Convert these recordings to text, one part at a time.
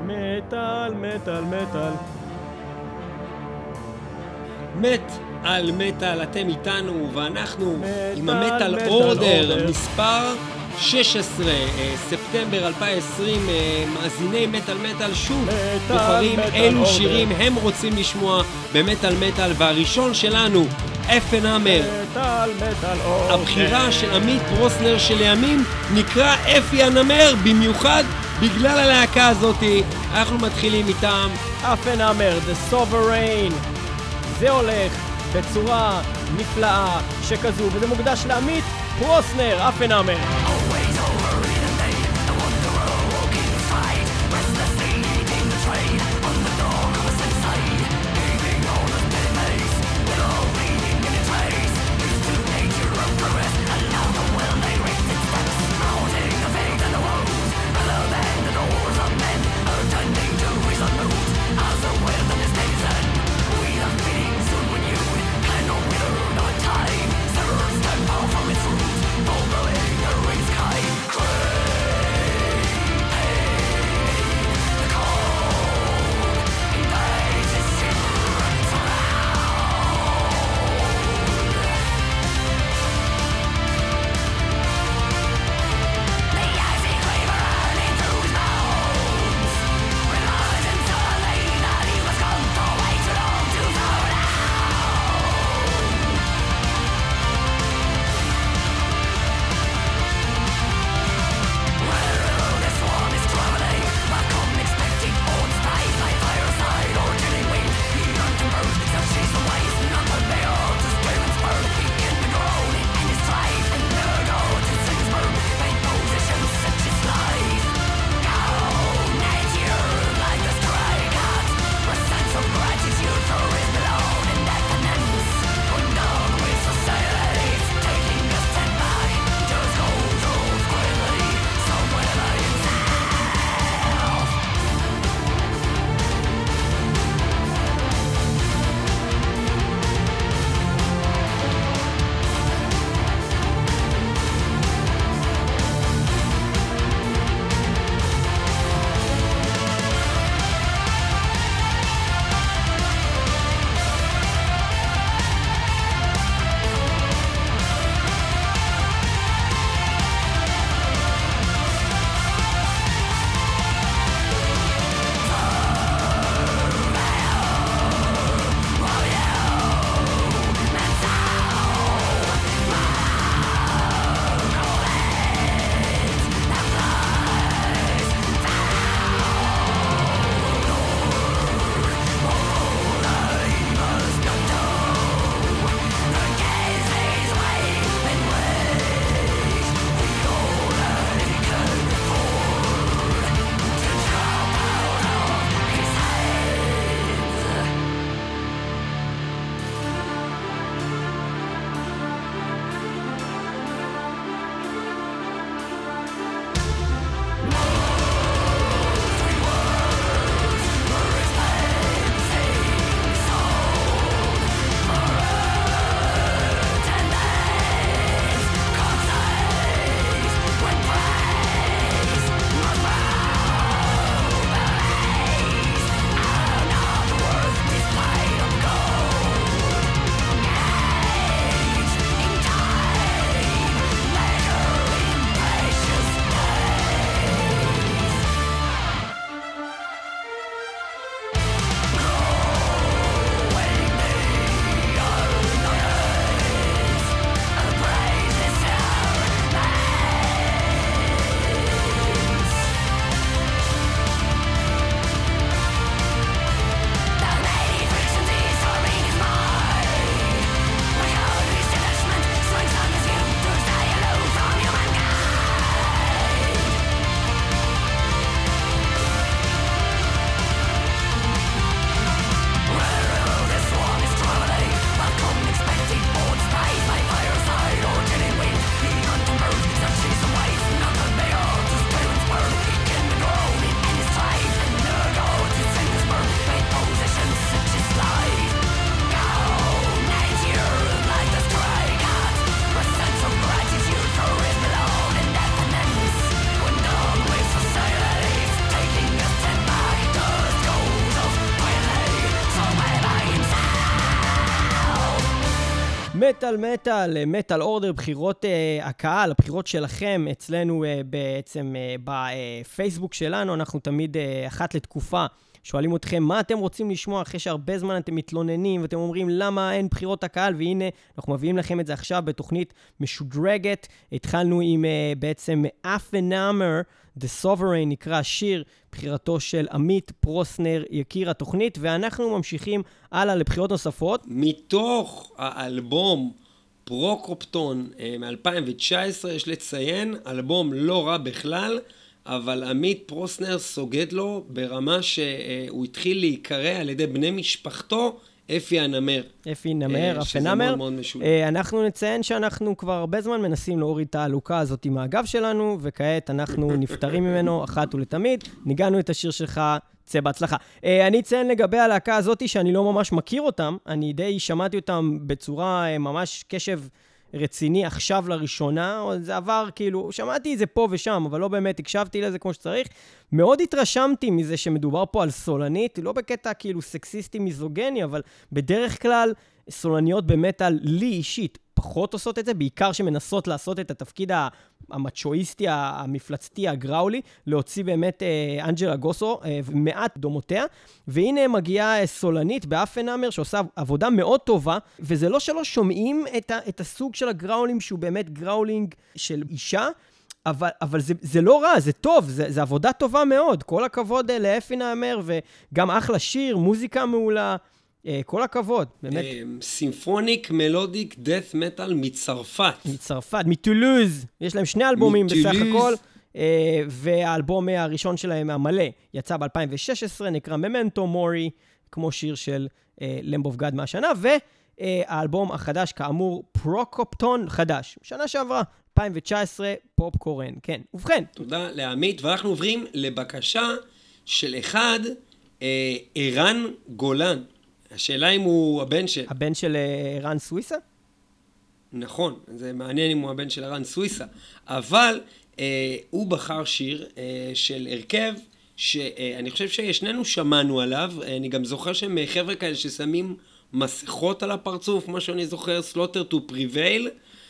מטל, מטל, מטל. מת על מטל, אתם איתנו, ואנחנו עם מטל, המטל מטל אורדר, אורדר. מספר 16, ספטמבר 2020, מאזיני מטל מטל שוב מטל, בוחרים מטל אילו אורדר. שירים הם רוצים לשמוע במטל מטל, והראשון שלנו, אפנאמר. מטל, מטל אורדר. הבחירה של עמית פרוסנר שלימים נקרא אפי הנמר, במיוחד בגלל הלהקה הזאת. אנחנו מתחילים איתם. אפנאמר, The Sovereign. זה הולך בצורה נפלאה שכזו, וזה מוקדש לעמית פרוסנר, אפנאמר. From its roots, all the way the race מטל אורדר, בחירות הקהל, הבחירות שלכם אצלנו בעצם בפייסבוק שלנו. אנחנו תמיד אחת לתקופה שואלים אתכם מה אתם רוצים לשמוע אחרי שהרבה זמן אתם מתלוננים ואתם אומרים למה אין בחירות הקהל, והנה אנחנו מביאים לכם את זה עכשיו בתוכנית משודרגת. התחלנו עם בעצם Affenhammer, The Sovereign, נקרא שיר בחירתו של עמית פרוסנר, יקיר התוכנית, ואנחנו ממשיכים הלאה לבחירות נוספות. מתוך האלבום פרוקופטון מ-2019, יש לציין, אלבום לא רע בכלל, אבל עמית פרוסנר סוגד לו ברמה שהוא התחיל להיקרא על ידי בני משפחתו, אפי הנמר. אפי נמר, שזה מאוד מאוד משונה. אנחנו נציין שאנחנו כבר הרבה זמן מנסים להוריד את העלוקה הזאת עם הגב שלנו, וכעת אנחנו נפטרים ממנו אחת ולתמיד. ניגענו את השיר שלך, צא בהצלחה. אני אציין לגבי הלהקה הזאת שאני לא ממש מכיר אותם, אני די שמעתי אותם בצורה ממש קשב רציני עכשיו לראשונה, או זה עבר כאילו, שמעתי את זה פה ושם, אבל לא באמת הקשבתי לזה כמו שצריך. מאוד התרשמתי מזה שמדובר פה על סולנית, לא בקטע כאילו סקסיסטי מיזוגני, אבל בדרך כלל סולניות באמת על לי אישית פחות עושות את זה, בעיקר שמנסות לעשות את התפקיד המצ'ואיסטי, המפלצתי, הגראולי, להוציא באמת אנג'לה גוסו ומעט דומותיה, והנה מגיעה סולנית באפנהמר שעושה עבודה מאוד טובה, וזה לא שלא שומעים את הסוג של הגראולים שהוא באמת גראולינג של אישה, אבל זה לא רע, זה טוב, זה עבודה טובה מאוד, כל הכבוד לאפנהמר, וגם אחלה שיר, מוזיקה מעולה, כל הכבוד, באמת. סימפוניק מלודיק דאט מטל מצרפת. מטולוז. יש להם 2 אלבומים בסך הכל, והאלבום הראשון שלהם המלא יצא ב-2016, נקרא ממנטו מורי, כמו שיר של למב אוף גאד מהשנה, והאלבום החדש כאמור פרוקופטון חדש, שנה שעברה, 2019, פופקורן. כן, ובכן. תודה לעמית, ואנחנו עוברים לבקשה של אחד, ערן גולן. השאלה אם הוא הבן של... הבן של ערן סוויסה? נכון, זה מעניין אם הוא הבן של ערן סוויסה. אבל הוא בחר שיר של הרכב שאני חושב שישננו שמענו עליו. אני גם זוכר שהם חבר'ה כאלה ששמים מסכות על הפרצוף, מה שאני זוכר, Slaughter to Prevail.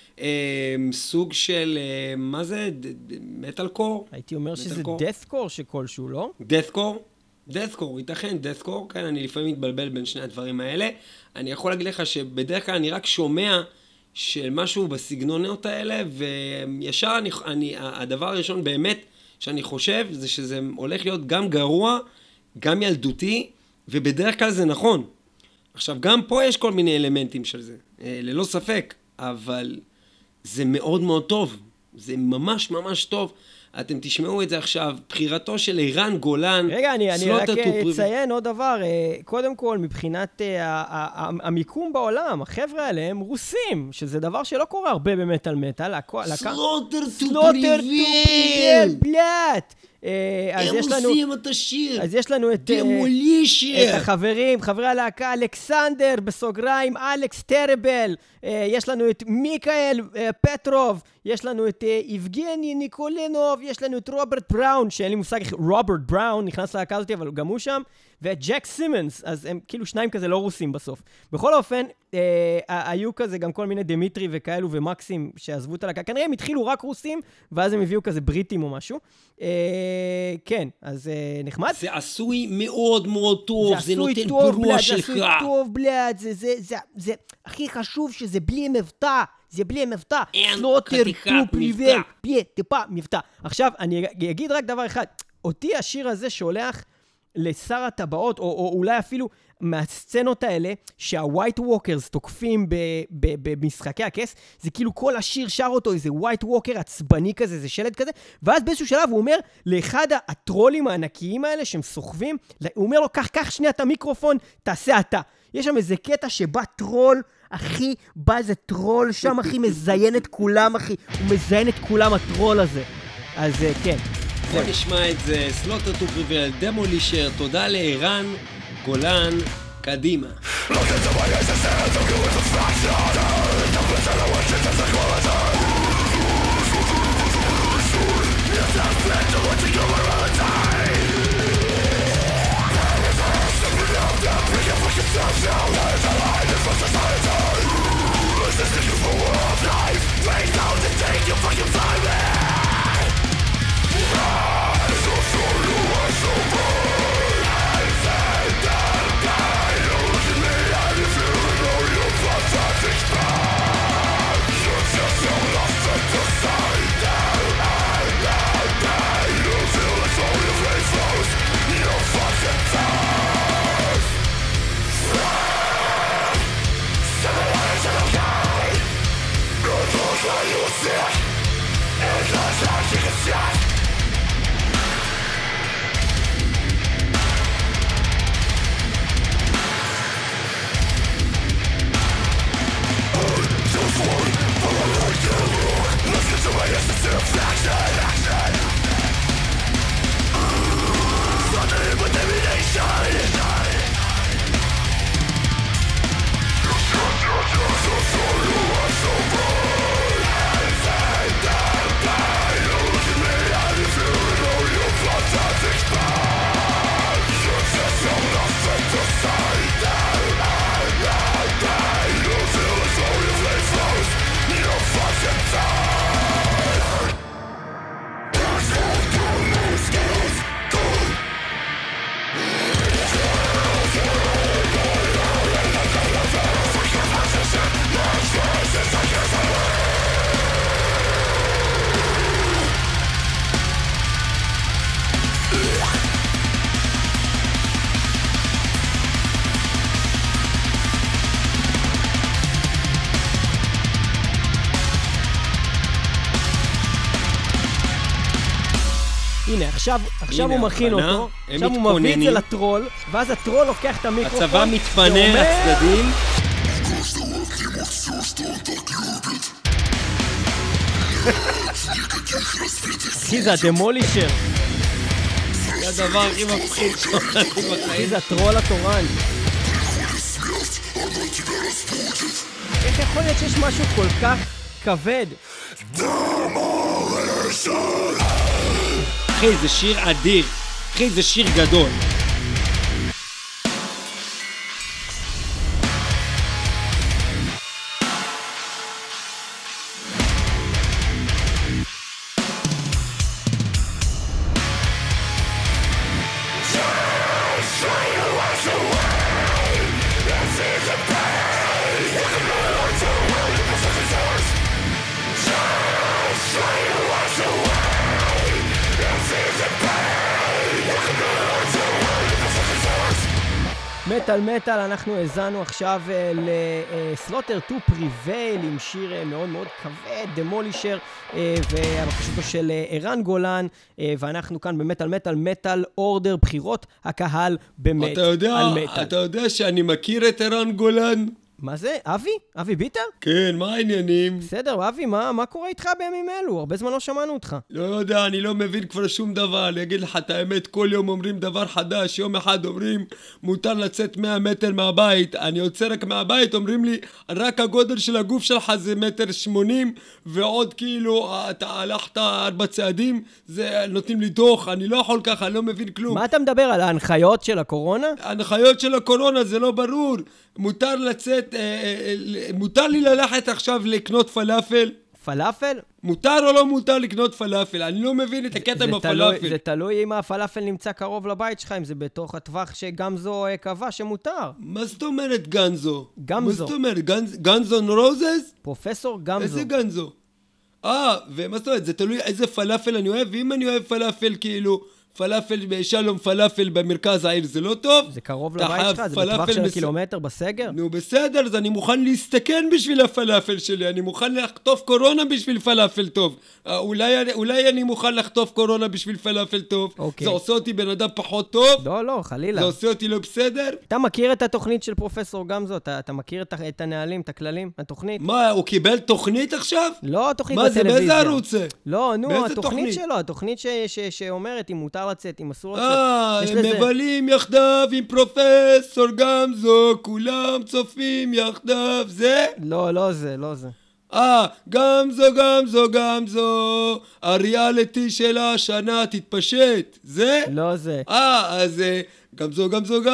סוג של, מה זה? מטלקור? הייתי אומר שזה דאת'קור שכלשהו, לא? דאת'קור, ייתכן, דאת'קור, כן, אני לפעמים מתבלבל בין שני הדברים האלה. אני יכול להגיד לך שבדרך כלל אני רק שומע של משהו בסגנונות האלה, וישר הדבר הראשון באמת שאני חושב, זה שזה הולך להיות גם גרוע, גם ילדותי, ובדרך כלל זה נכון. עכשיו, גם פה יש כל מיני אלמנטים של זה, ללא ספק, אבל זה מאוד מאוד טוב, זה ממש ממש טוב. אתם תשמעו את זה עכשיו, בחירתו של ערן גולן. רגע, אני רק אציין עוד דבר. קודם כל, מבחינת המיקום בעולם, החבר'ה האלה הם רוסים, שזה דבר שלא קורה הרבה במטל מטל. Slaughter to Prevail! בלט! הם עושים את השיר. אז יש לנו את החברים, חברי הלהקה, אלכסנדר, בסוגריים, אלכס טרבל, יש לנו את מיקאל פטרוב, יש לנו את יבגני ניקולנוב, יש לנו את רוברט בראון, שאין לי מושג, רוברט בראון נכנס להקה הזאת, אבל גם הוא שם, ואת ג'ק סימנס, אז הם כאילו שניים כזה לא רוסים בסוף. בכל אופן, היו כזה גם כל מיני דמיטרי וכאלו ומקסים שעזבו את הלהקה, כנראה הם התחילו רק רוסים, ואז הם הביאו כזה בריטים או משהו. כן, אז נחמד. זה עשוי מאוד מאוד טוב, זה נותן ברוע שלך. זה עשוי טוב, בלעד, זה הכי חשוב שזה בלי מבטא. זה בלי מבטא. חתיכת מבטא. טיפה מבטא. עכשיו, אני אגיד רק דבר אחד. אותי השיר הזה שולח לשר הטבעות, או אולי אפילו מהסצנות האלה, שהווייט ווקרס תוקפים במשחקי הכס, זה כאילו כל השיר שר אותו, איזה ווייט ווקר עצבני כזה, זה שלד כזה, ואז באיזשהו שלב הוא אומר לאחד הטרולים הענקיים האלה שהם סוחבים, הוא אומר לו, קח שנייה את המיקרופון, תעשה אתה. יש שם איזה קטע שבא טרול, אחי, בא איזה טרול שם, אחי, מזיין את כולם, אחי, הוא מזיין את כולם הטרול הזה. אז כן. בוא נשמע את זה, Slaughter to Prevail, דמולישר, תודה לערן גולן, קדימה. This is הנה, עכשיו הוא מכין אותו, עכשיו הוא מביא את זה לטרול, ואז הטרול לוקח את המיקרופון. הצבא מתפנה לצדדים. אחי, זה הדמולישר. זה הדבר הכי מפחיד שמעתי בחיים. אחי, זה הטרול התורן. איך יכול להיות שיש משהו כל כך כבד? אחי, זה שיר אדיר. אחי, זה שיר גדול. מטל, אנחנו הזנו עכשיו לסלוטר טו פריבייל עם שיר מאוד מאוד כבד, דמולישר, והבקשתו של ערן גולן, ואנחנו כאן במטל אורדר, בחירות הקהל במט על מטל. אתה יודע שאני מכיר את ערן גולן? מה זה? אבי? אבי ביטר? כן, מה העניינים? בסדר, אבי, מה קורה איתך בימים אלו? הרבה זמן לא שמענו אותך. לא יודע, אני לא מבין כבר שום דבר. אני אגיד לך את האמת, כל יום אומרים דבר חדש. יום אחד אומרים, מותר לצאת 100 מטר מהבית. אני יוצא רק מהבית, אומרים לי, רק הגודל של הגוף שלך זה 1.80 מטר, ועוד כאילו, אתה הלכת 4 צעדים, זה נותנים לי דוח. אני לא יכול ככה, אני לא מבין כלום. מה אתה מדבר, על ההנחיות של הקורונה? ההנחיות של הקורונה זה לא ברור. מותר לצאת, מותר לי ללכת עכשיו לקנות פלאפל? פלאפל? מותר או לא מותר לקנות פלאפל? אני לא מבין את הקטע עם הפלאפל. זה תלוי אם הפלאפל נמצא קרוב לבית שלך, אם זה בתוך הטווח שגמזו קבע שמותר. מה זאת אומרת גנזו? גמזו. מה זאת אומרת? גנזו נורוזס? פרופסור גמזו. איזה גנזו? ומה זאת אומרת? זה תלוי איזה פלאפל אני אוהב, ואם אני אוהב פלאפל כאילו... פלאפל בשלום פלאפל במרכז העיר זה לא טוב? זה קרוב לבית שלך? זה בטווח של קילומטר בסגר? נו בסדר, אז אני מוכן להסתכן בשביל הפלאפל שלי, אני מוכן לחטוף קורונה בשביל פלאפל טוב. אולי אני מוכן לחטוף קורונה בשביל פלאפל טוב. זה עושה אותי בן אדם פחות טוב? לא, חלילה. זה עושה אותי לא בסדר? אתה מכיר את התוכנית של פרופסור גמזו? אתה מכיר את הנהלים, את הכללים, התוכנית? מה, הוא קיבל תוכנית עכשיו? לא, תוכנית בטלוויזיה. מה זה, באיזה ערוץ זה? לא, נו, התוכנית שלו, התוכנית שאומרת אם מותר לצאת, אם אסור לצאת. הם מבלים יחדיו עם פרופסור גמזו, כולם צופים יחדיו, זה? לא זה. גמזו, הריאליטי של השנה תתפשט, זה? לא זה. אז גמזו,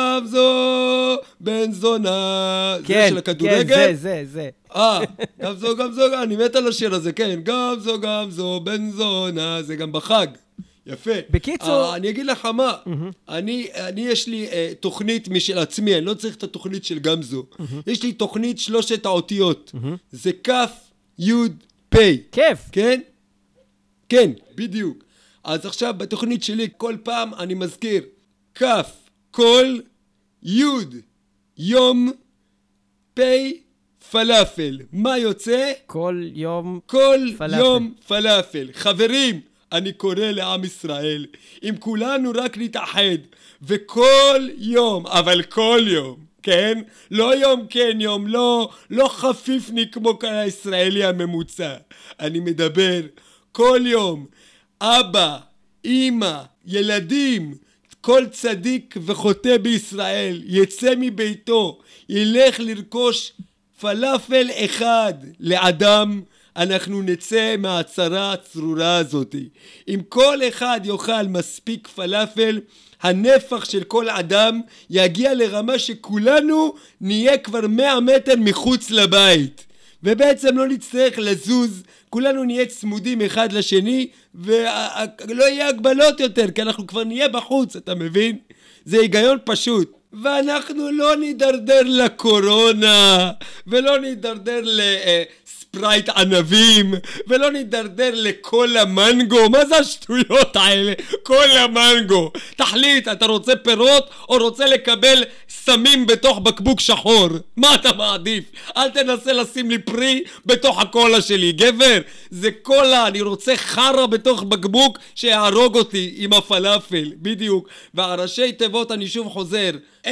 בן זונה, כן, זה של הכדורגל? זה. גמזו, אני מת על השיר הזה, כן, גמזו, בן זונה, זה גם בחג. יפה. בקיצור... אני אגיד לך מה, אני יש לי תוכנית משל עצמי, אני לא צריך את התוכנית של גמזו. יש לי תוכנית 3 האותיות. זה כף, יוד, פי. כיף. כן? כן, בדיוק. אז עכשיו בתוכנית שלי כל פעם אני מזכיר כף, כל, יוד, יום, פי, פלאפל. מה יוצא? כל יום פלאפל. חברים, אני קורא לעם ישראל, אם כולנו רק נתאחד, וכל יום, אבל כל יום, כן? לא יום כן יום, לא חפיפני כמו הישראלי הממוצע. אני מדבר כל יום, אבא, אמא, ילדים, כל צדיק וחוטא בישראל יצא מביתו, ילך לרכוש פלאפל אחד לאדם, אנחנו נצא מהצרה הצרורה הזאת. אם כל אחד יאכל מספיק פלאפל, הנפח של כל אדם יגיע לרמה שכולנו נהיה כבר 100 מטר מחוץ לבית. ובעצם לא נצטרך לזוז, כולנו נהיה צמודים אחד לשני, ולא יהיה הגבלות יותר, כי אנחנו כבר נהיה בחוץ, אתה מבין? זה היגיון פשוט. ואנחנו לא נידרדר לקורונה, ולא נידרדר לספרייט ענבים, ולא נידרדר לכל המנגו. מה זה השטויות האלה? כל המנגו. תחליט, אתה רוצה פירות או רוצה לקבל סמים בתוך בקבוק שחור? מה אתה מעדיף? אל תנסה לשים לי פרי בתוך הקולה שלי, גבר. זה קולה, אני רוצה חרה בתוך בקבוק שיהרוג אותי עם הפלאפל, בדיוק. והראשי תיבות, אני שוב חוזר,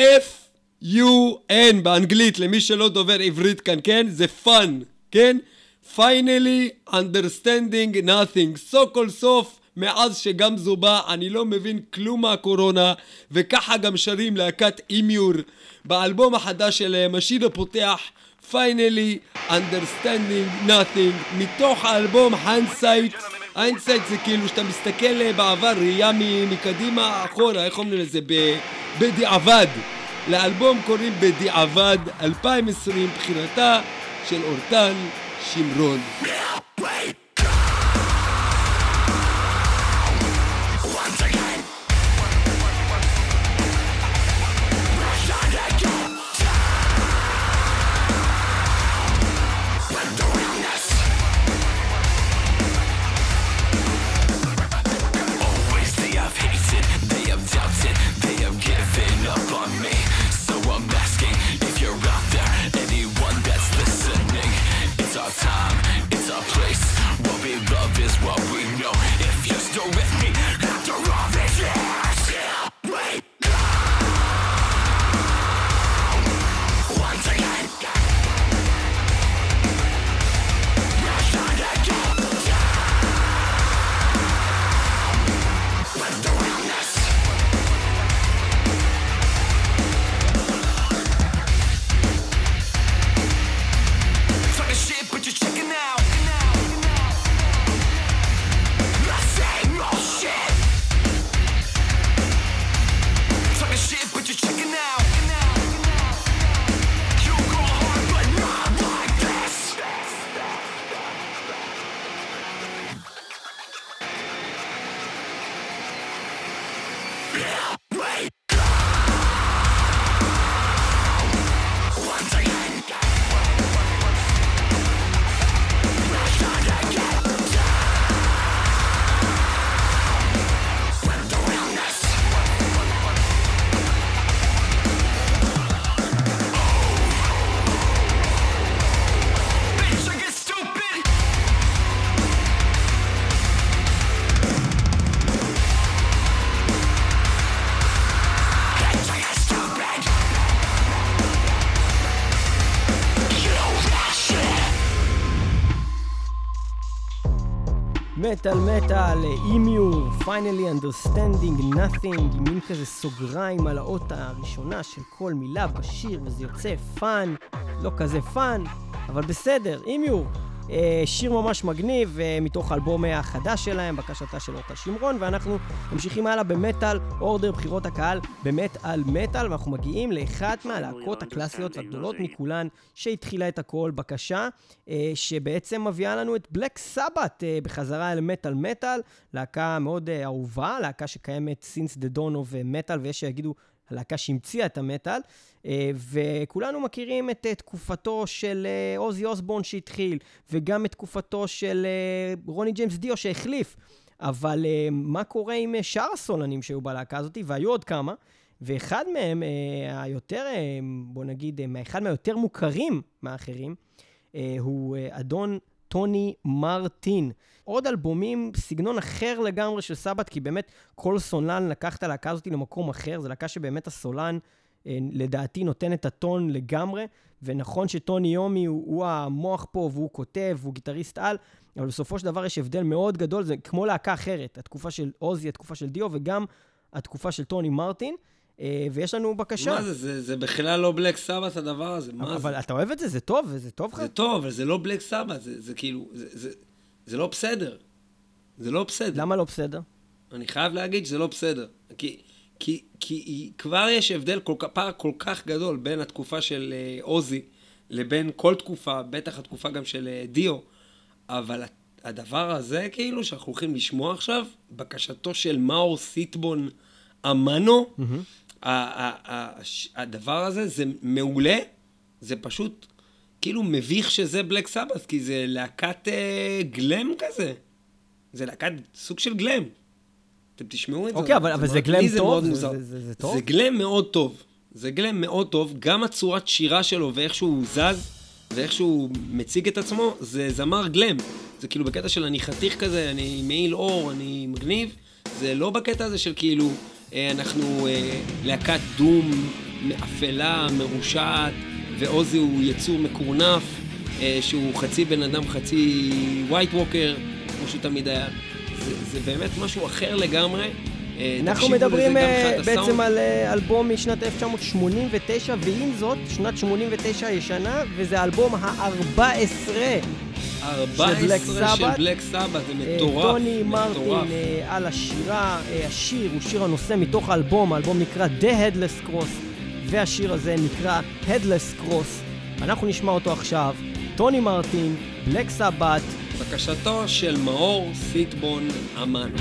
F-U-N באנגלית, למי שלא דובר עברית כאן, כן? זה fun, כן? Finally understanding nothing. סוף כל סוף, מאז שגם זו בא, אני לא מבין כלום מהקורונה, וככה גם שרים להקת אימיור באלבום החדש שלהם, השיר הפותח Finally understanding nothing, מתוך האלבום Hindsight. Hindsight זה כאילו שאתה מסתכל בעבר, ראייה מקדימה אחורה, איך אומרים לזה? בדיעבד. לאלבום קוראים בדיעבד 2020, בחירתה של אורטל שמרון. מטל, אימיור, finally understanding nothing, עם מין כזה סוגריים על האות הראשונה של כל מילה בשיר, וזה יוצא פאן, לא כזה פאן, אבל בסדר, אימיור. שיר ממש מגניב, מתוך האלבום החדש שלהם, בקשתה של אורטל שמרון, ואנחנו ממשיכים הלאה במטל, אורדר בחירות הקהל במטל מטל, ואנחנו מגיעים לאחת מהלהקות הקלאסיות הגדולות מכולן, שהתחילה את הכל, בקשה, שבעצם מביאה לנו את בלק סבת בחזרה אל מטל, להקה מאוד אהובה, להקה שקיימת since the dawn of metal, ויש שיגידו הלהקה שהמציאה את המטל, וכולנו מכירים את תקופתו של אוזי אוסבורן שהתחיל, וגם את תקופתו של רוני ג'יימס דיו שהחליף, אבל מה קורה עם שאר הסולנים שהיו בלהקה הזאת, והיו עוד כמה, ואחד מהם, היותר, בוא נגיד, אחד מהיותר מוכרים מהאחרים, הוא אדון טוני מרטין. עוד אלבומים, סגנון אחר לגמרי של סבת, כי באמת כל סולן לקח את הלהקה הזאת למקום אחר, זה להקה שבאמת הסולן לדעתי נותן את הטון לגמרי, ונכון שטוני יומי הוא המוח פה, והוא כותב, והוא גיטריסט על, אבל בסופו של דבר יש הבדל מאוד גדול, זה כמו להקה אחרת, התקופה של עוזי, התקופה של דיו, וגם התקופה של טוני מרטין, ויש לנו בקשה. מה זה? זה בכלל לא בלק סבת הדבר הזה, מה זה? אבל אתה אוהב את זה? זה טוב? זה טוב לך? זה טוב, אבל זה לא בלק סבת, זה כאילו, זה לא בסדר. זה לא בסדר. למה לא בסדר? אני חייב להגיד שזה לא בסדר. כי כבר יש הבדל, פער כל כך גדול בין התקופה של עוזי לבין כל תקופה, בטח התקופה גם של דיו, אבל הדבר הזה כאילו שאנחנו הולכים לשמוע עכשיו, בקשתו של מאור סיטבון אמנו, הדבר הזה זה מעולה, זה פשוט כאילו מביך שזה בלק סבת, כי זה להקת גלם כזה. זה להקת סוג של גלם. אתם תשמעו את זה. אוקיי, אבל זה גלם טוב? זה טוב? זה גלם מאוד טוב. זה גלם מאוד טוב. גם הצורת שירה שלו ואיך שהוא זז, ואיך שהוא מציג את עצמו, זה זמר גלם. זה כאילו בקטע של אני חתיך כזה, אני מעיל אור, אני מגניב. זה לא בקטע הזה של כאילו, אנחנו להקת דום, מאפלה, מרושעת, ועוזי הוא יצור מקורנף, שהוא חצי בן אדם, חצי ווייט ווקר, כמו שהוא תמיד היה. זה באמת משהו אחר לגמרי. אנחנו מדברים בעצם על אלבום משנת 1989, ועם זאת, שנת 89 הישנה, וזה האלבום ה-14 של בלק סבת, זה מטורף. טוני מרטין על השירה, השיר הוא שיר הנושא מתוך האלבום, האלבום נקרא The Headless Cross, והשיר הזה נקרא Headless Cross. אנחנו נשמע אותו עכשיו, טוני מרטין, בלק סבת, בקשתו של מאור סיטבון אמנו.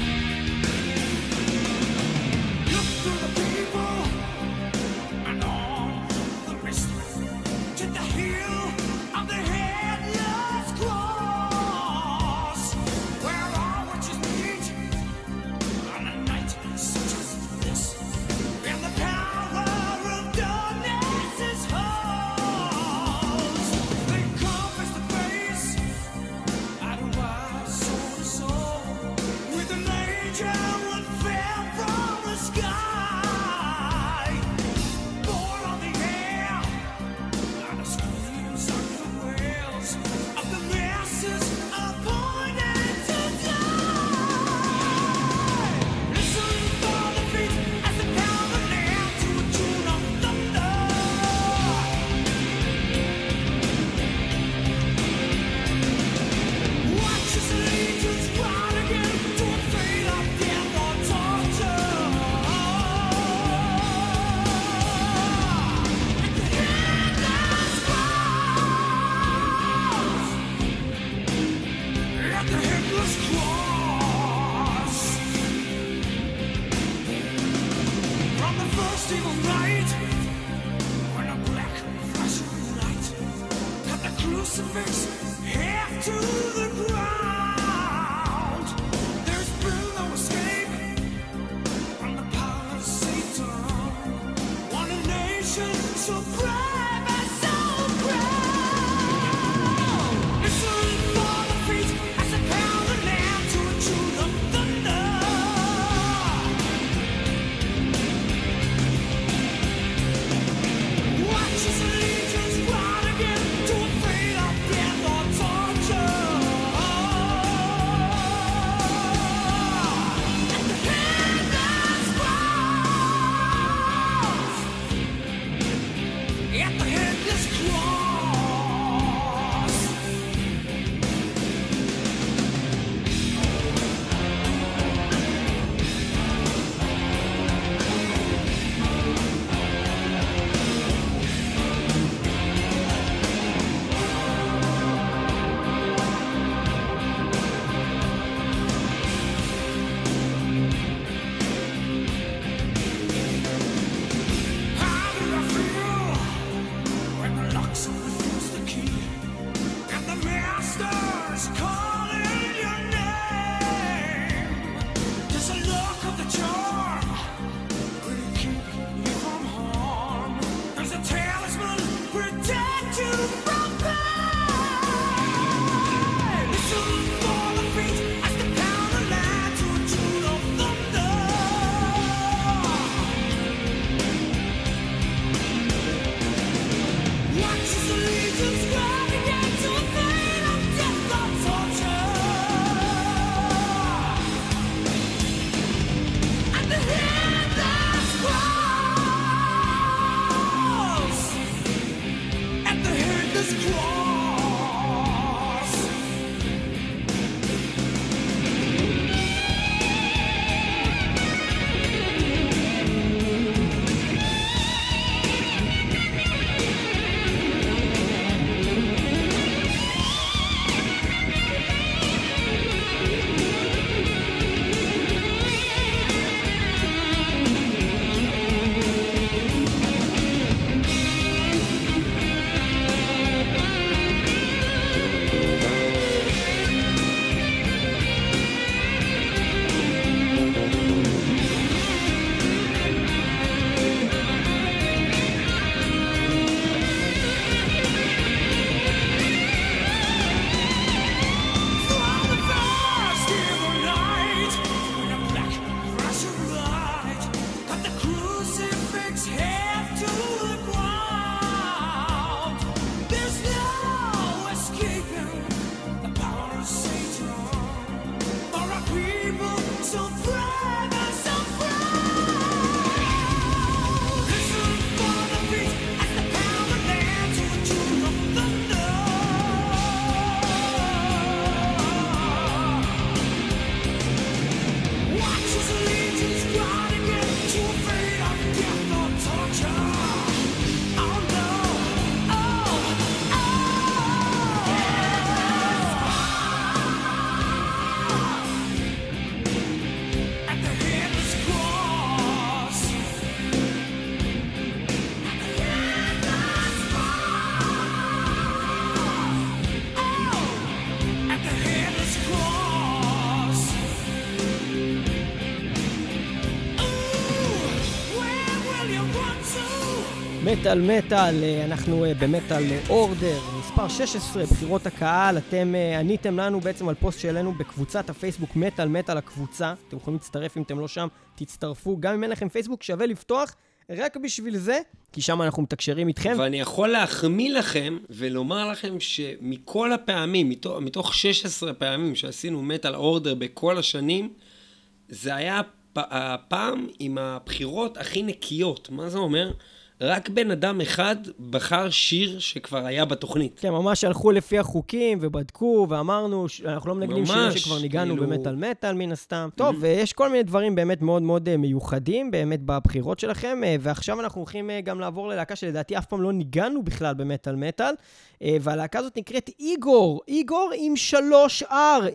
מטל, אנחנו במטל אורדר, מספר 16, בחירות הקהל. אתם עניתם לנו בעצם על פוסט שלנו בקבוצת הפייסבוק מטל הקבוצה. אתם יכולים להצטרף אם אתם לא שם, תצטרפו. גם אם אין לכם פייסבוק, שווה לפתוח רק בשביל זה, כי שם אנחנו מתקשרים איתכם. ואני יכול להחמיא לכם ולומר לכם שמכל הפעמים, מתוך 16 פעמים שעשינו מטל אורדר בכל השנים, זה היה הפעם עם הבחירות הכי נקיות. מה זה אומר? רק בן אדם אחד בחר שיר שכבר היה בתוכנית. כן, ממש הלכו לפי החוקים ובדקו ואמרנו, אנחנו לא מנגנים שירים שכבר ניגענו במטל מן הסתם. טוב, ויש כל מיני דברים באמת מאוד מאוד מיוחדים, באמת בבחירות שלכם, ועכשיו אנחנו הולכים גם לעבור ללהקה שלדעתי אף פעם לא ניגענו בכלל במטל, והלהקה הזאת נקראת איגור עם 3R,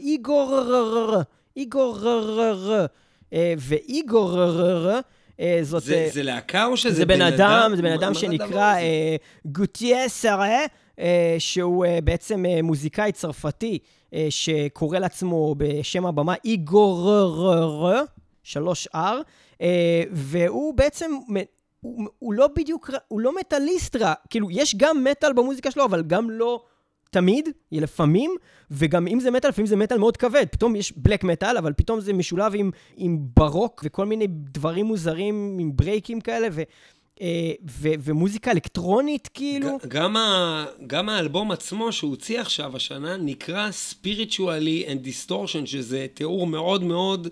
איגור, ואיגור זה להקה או שזה זה בן אדם? זה בן אדם שנקרא גוטייה סרה, שהוא בעצם מוזיקאי צרפתי, שקורא לעצמו בשם הבמה איגור 3R, והוא בעצם, הוא לא בדיוק, הוא לא מטליסט רע, כאילו יש גם מטל במוזיקה שלו, אבל גם לא תמיד, לפעמים, וגם אם זה מטל, לפעמים זה מטל מאוד כבד. פתאום יש בלק מטל, אבל פתאום זה משולב עם ברוק וכל מיני דברים מוזרים, עם ברייקים כאלה, ומוזיקה אלקטרונית כאילו. גם האלבום עצמו שהוציא עכשיו השנה, נקרא Spiritually and Distortion, שזה תיאור מאוד מאוד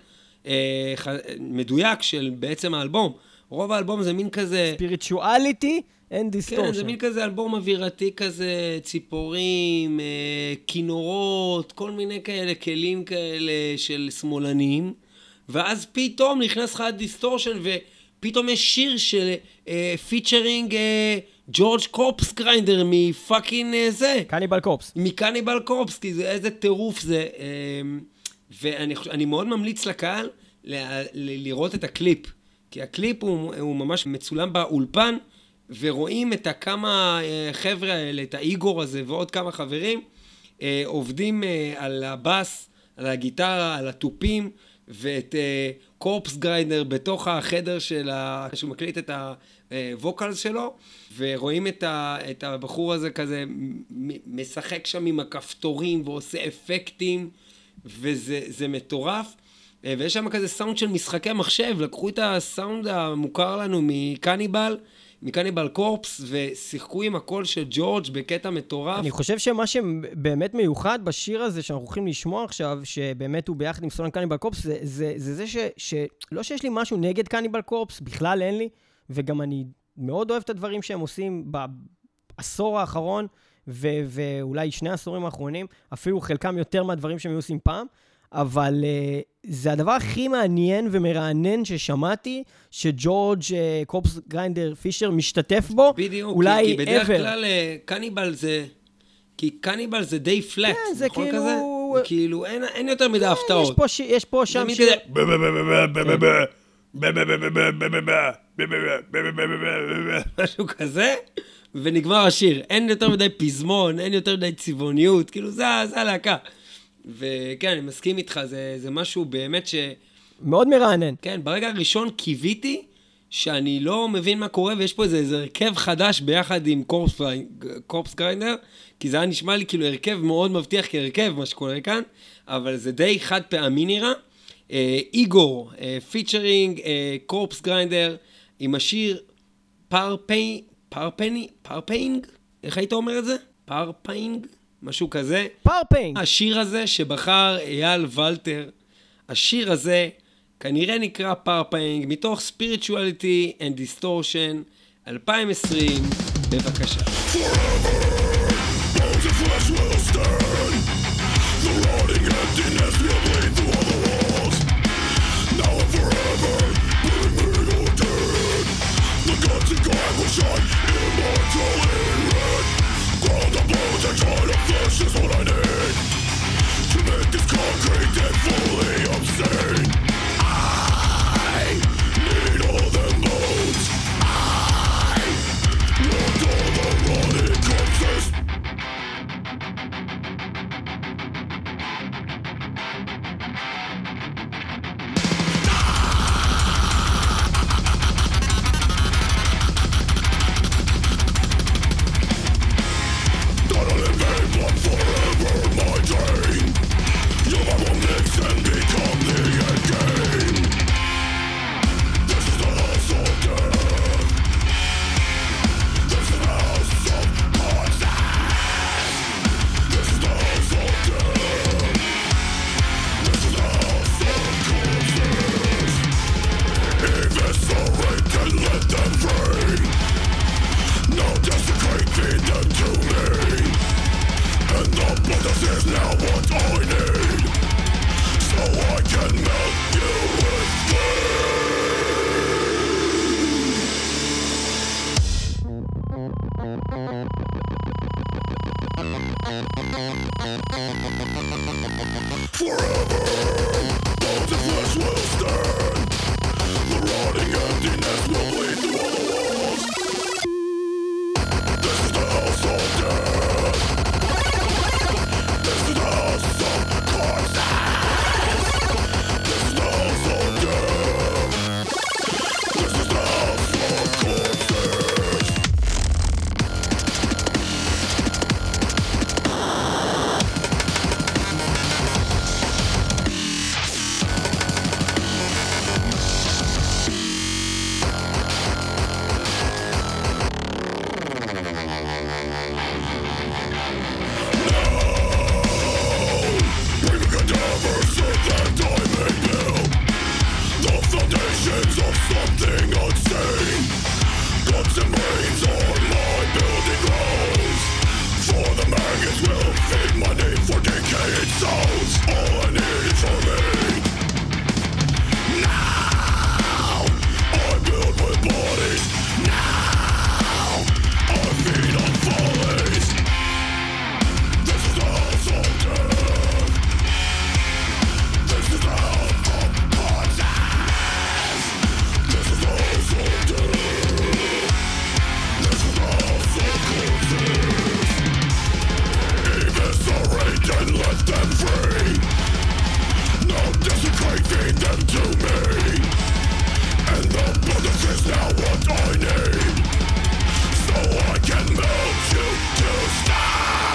מדויק של בעצם האלבום. רוב האלבום זה מין כזה... Spirituality and Distortion. כן, זה מין כזה אלבום אווירתי כזה, ציפורים, כינורות, כל מיני כאלה, כלים כאלה של שמאלנים, ואז פתאום נכנס לך דיסטורשן, ופתאום יש שיר של פיצ'רינג ג'ורג' קורפס גריינדר מפאקינג זה. קניבל קורפס. מקניבל קורפס, כי זה איזה טירוף זה. ואני מאוד ממליץ לקהל לראות את הקליפ, כי הקליפ הוא ממש מצולם באולפן, ורואים את כמה חבר'ה האלה, את האיגור הזה ועוד כמה חברים, עובדים על הבאס, על הגיטרה, על הטופים, ואת קורפס גריינדר בתוך החדר שהוא מקליט את הווקלס שלו, ורואים את הבחור הזה כזה משחק שם עם הכפתורים ועושה אפקטים, וזה מטורף. ויש שם כזה סאונד של משחקי מחשב, לקחו את הסאונד המוכר לנו מקניבל קורפס, ושיחקו עם הקול של ג'ורג' בקטע מטורף. אני חושב שמה שבאמת מיוחד בשיר הזה שאנחנו הולכים לשמוע עכשיו, שבאמת הוא ביחד עם סולן קניבל קורפס, זה שלא שיש לי משהו נגד קניבל קורפס, בכלל אין לי, וגם אני מאוד אוהב את הדברים שהם עושים בעשור האחרון, ואולי 2 עשורים האחרונים, אפילו חלקם יותר מהדברים שהם עושים פעם, אבל זה הדבר הכי מעניין ומרענן ששמעתי, שג'ורג' קורפס גריינדר פישר משתתף בו. בדיוק, אולי כי בדרך כלל קניבל זה די פלט, כן, נכון כזה? זה כאילו אין יותר מדי הפתעות. יש פה שם שיר. משהו כזה, ונגמר השיר. אין יותר מדי פזמון, אין יותר מדי צבעוניות, כאילו זה הלהקה. וכן, אני מסכים איתך, זה משהו באמת מאוד מרענן. כן, ברגע הראשון קיוויתי שאני לא מבין מה קורה, ויש פה איזה הרכב חדש ביחד עם קורפס גריינדר, כי זה היה נשמע לי כאילו הרכב מאוד מבטיח כהרכב, מה שקורה כאן, אבל זה די חד פעמי נראה. איגור, פיצ'רינג, קורפס גריינדר, עם השיר פרפיינג? איך היית אומר את זה? פרפיינג? משהו כזה. פרפיינג. השיר הזה שבחר אייל ולטר, השיר הזה כנראה נקרא פרפיינג, מתוך Spirituality and Distortion 2020, בבקשה. Is what I need to make this concrete and fully obscene. I need all the modes. I want all the rotting corpses. is now what I need, so I can melt you to stone.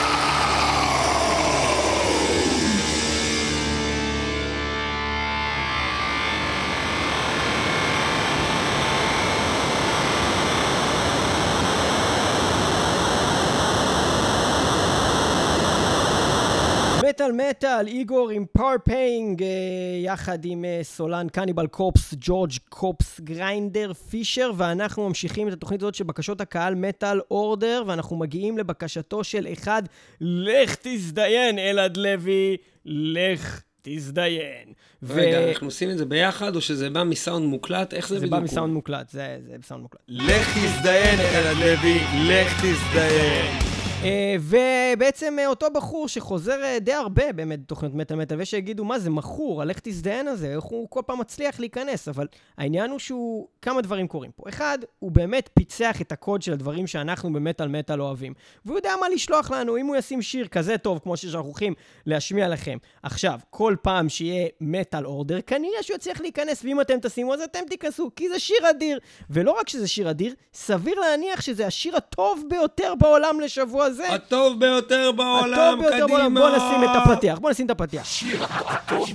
מטל מטל, איגור עם פארפיינג, יחד עם סולן קניבל קורפס, ג'ורג' קופס גריינדר פישר, ואנחנו ממשיכים את התוכנית הזאת של בקשות הקהל מטל אורדר, ואנחנו מגיעים לבקשתו של אחד, לך תזדיין אלעד לוי, לך תזדיין. רגע, אנחנו עושים את זה ביחד, או שזה בא מסאונד מוקלט? איך זה בדיוק? זה בא מסאונד מוקלט, זה בסאונד מוקלט. לך תזדיין אלעד לוי, לך תזדיין. ובעצם אותו בחור שחוזר די הרבה באמת תוכניות מטל מטל, ושיגידו מה זה מכור, הלך תזדיין הזה, איך הוא כל פעם מצליח להיכנס, אבל העניין הוא שהוא, כמה דברים קורים פה. אחד, הוא באמת פיצח את הקוד של הדברים שאנחנו במטל מטל אוהבים, והוא יודע מה לשלוח לנו, אם הוא ישים שיר כזה טוב כמו שאנחנו הולכים להשמיע לכם. עכשיו, כל פעם שיהיה מטל אורדר, כנראה שהוא יצליח להיכנס, ואם אתם תשימו אז אתם תיכנסו, כי זה שיר אדיר. ולא רק שזה שיר אדיר, סביר להניח שזה השיר הטוב ביותר בעולם לשבוע הזה. הטוב ביותר בעולם, הטוב ביותר קדימה. בעולם. בוא נשים את הפתיח, בוא נשים את הפתיח. השיר הטוב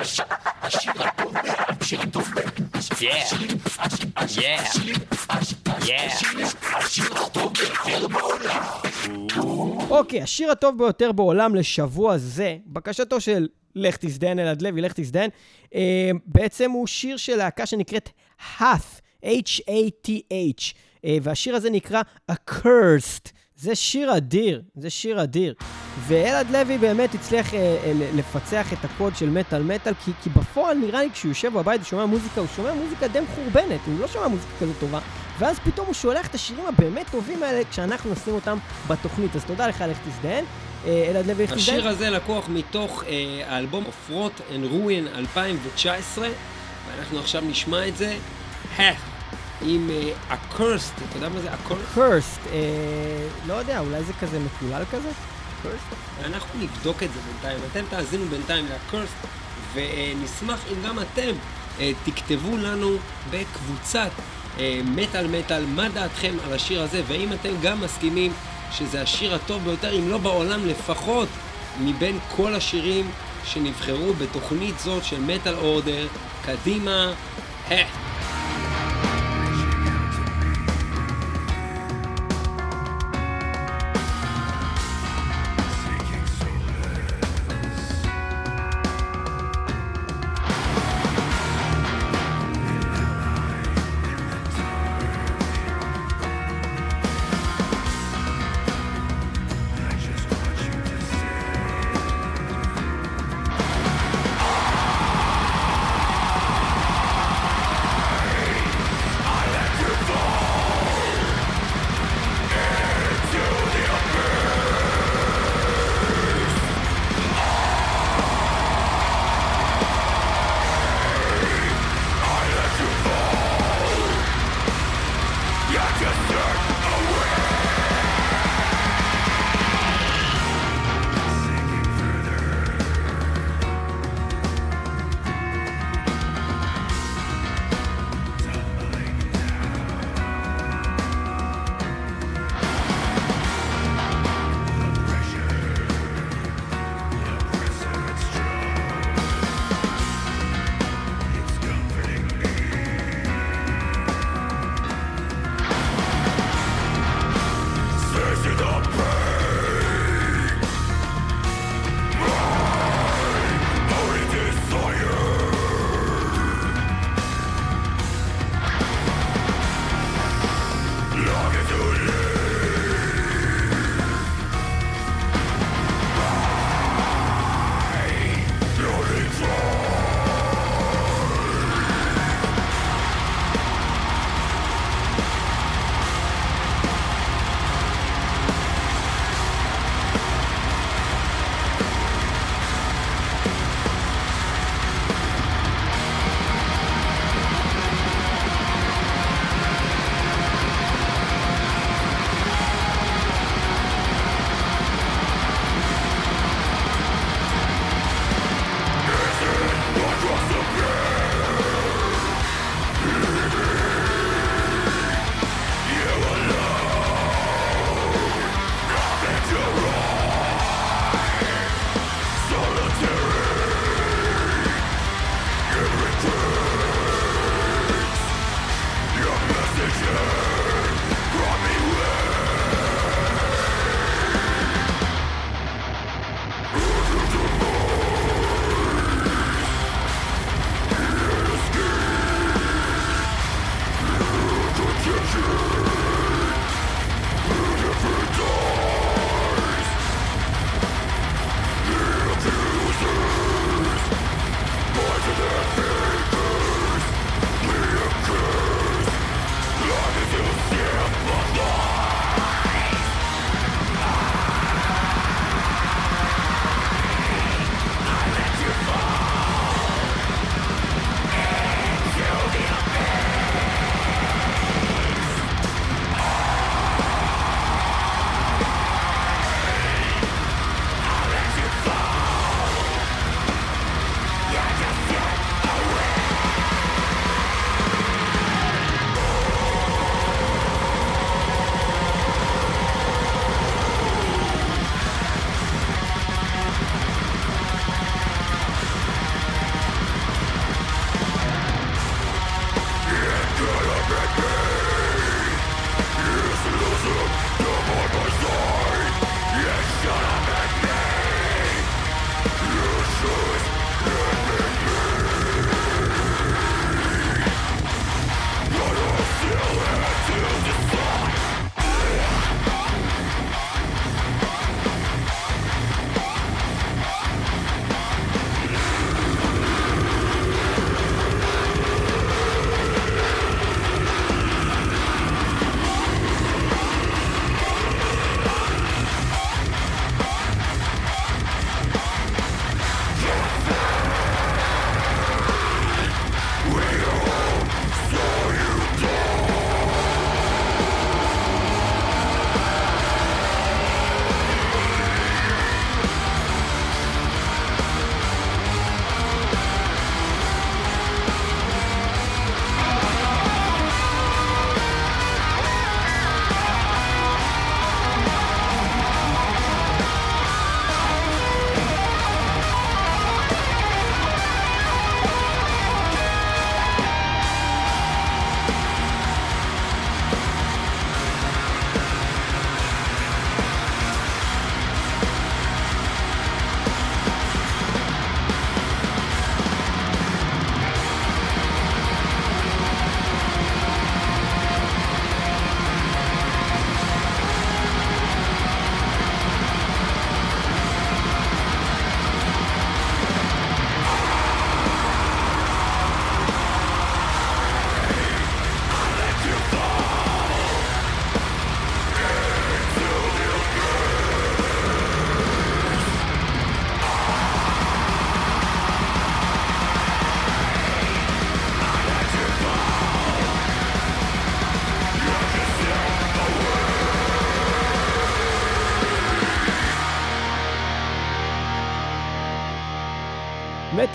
אוקיי, השיר הטוב ביותר בעולם לשבוע זה, בקשתו של לך תזדיין אלעד לוי, לך תזדיין, בעצם הוא שיר של להקה שנקראת Hath, H-A-T-H, והשיר הזה נקרא Accursed. זה שיר אדיר, זה שיר אדיר. ואלעד לוי באמת הצליח לפצח את הקוד של מטל מטל, כי בפועל נראה לי כשהוא יושב בבית ושומע מוזיקה, הוא שומע מוזיקה די מחורבנת, הוא לא שומע מוזיקה כזאת טובה, ואז פתאום הוא שולח את השירים הבאמת טובים האלה כשאנחנו נשים אותם בתוכנית. אז תודה לך, לך תזדיין. אלעד לוי, לך תזדיין. השיר הזה לקוח מתוך האלבום Of Rot and Ruin 2019, ואנחנו עכשיו נשמע את זה, עם Accursed. אתה יודע מה זה Accursed? Accursed, לא יודע, אולי זה כזה מקולל כזה? Accursed? אנחנו נבדוק את זה בינתיים, אתם תאזינו בינתיים ל-Accursed, ונשמח אם גם אתם תכתבו לנו בקבוצת מטל מטל מה דעתכם על השיר הזה, ואם אתם גם מסכימים שזה השיר הטוב ביותר, אם לא בעולם לפחות, מבין כל השירים שנבחרו בתוכנית זאת של מטל אורדר. קדימה,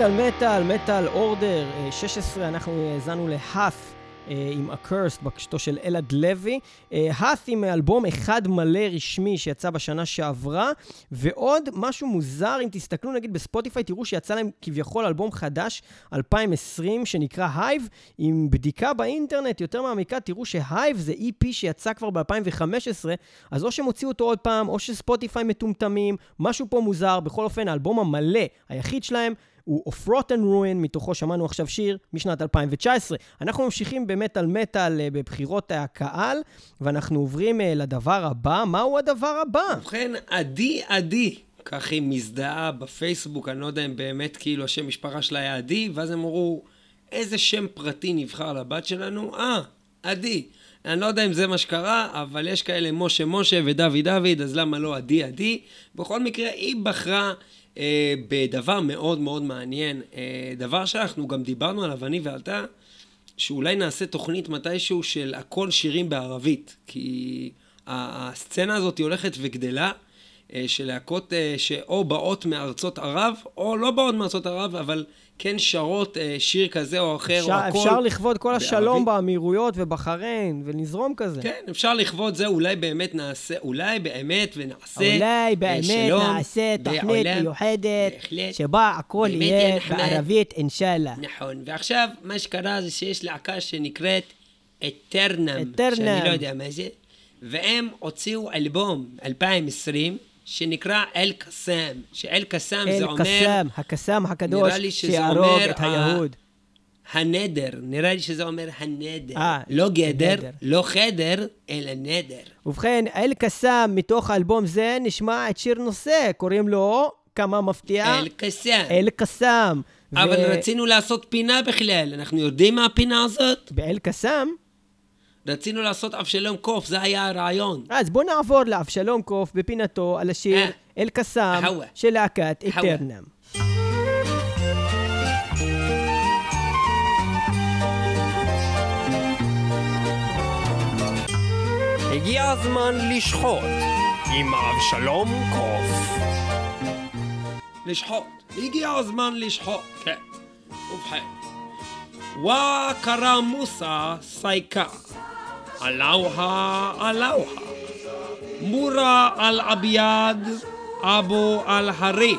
מטל אורדר 16, אנחנו האזנו להאף עם Accursed בקשתו של אלעד לוי. האף עם אלבום אחד מלא רשמי שיצא בשנה שעברה, ועוד משהו מוזר, אם תסתכלו נגיד בספוטיפיי, תראו שיצא להם כביכול אלבום חדש 2020 שנקרא הייב. עם בדיקה באינטרנט יותר מעמיקה, תראו שהייב זה EP שיצא כבר ב-2015, אז או שמוציאו אותו עוד פעם, או שספוטיפיי מטומטמים, משהו פה מוזר. בכל אופן, האלבום המלא היחיד שלהם הוא Of Rotten Ruin, מתוכו שמענו עכשיו שיר משנת 2019. אנחנו ממשיכים במטל בבחירות הקהל, ואנחנו עוברים לדבר הבא. מהו הדבר הבא? ובכן, עדי, כך היא מזדהה בפייסבוק, אני לא יודע אם באמת כאילו השם משפחה שלה היה עדי, ואז הם אמרו, איזה שם פרטי נבחר לבת שלנו? עדי. אני לא יודע אם זה מה שקרה, אבל יש כאלה משה ודוד, אז למה לא עדי? בכל מקרה, היא בחרה בדבר מאוד מאוד מעניין, דבר שאנחנו גם דיברנו עליו, אני ואתה, שאולי נעשה תוכנית מתישהו של הכל שירים בערבית, כי הסצנה הזאת היא הולכת וגדלה, של להקות שאו באות מארצות ערב, או לא באות מארצות ערב, אבל כן שרות שיר כזה או אחר, או הכל. אפשר לכבוד כל השלום באמירויות ובחריין, ונזרום כזה. כן, אפשר לכבוד זה, אולי באמת נעשה תוכנית מיוחדת, שבה הכל יהיה בערבית, אינשאללה. נכון, ועכשיו מה שקרה זה שיש להקה שנקראת אתרנם, שאני לא יודע מה זה, והם הוציאו אלבום 2020, שנקרא אל-קסאם, שאל-קסאם זה אומר... הקסאם הקדוש שיהרוג את היהוד. הנדר, נראה לי שזה אומר הנדר. לא גדר, לא חדר, אלא נדר. ובכן, אל-קסאם מתוך האלבום זה נשמע את שיר נושא, קוראים לו, כמה מפתיע? אל-קסאם. אל-קסאם. אבל רצינו לעשות פינה בכלל, אנחנו יודעים מה הפינה הזאת? באל-קסאם? רצינו לעשות אבשלום קוף, זה היה הרעיון. אז בוא נעבור לאבשלום קוף בפינתו על השיר אל-קסאם של להקת אתרנם. הגיע הזמן לשחוט עם אבשלום קוף. לשחוט, הגיע הזמן לשחוט, כן. ובכן, וקרא מוסא סייקה. אלוהה מורה על אביד אבו על הריף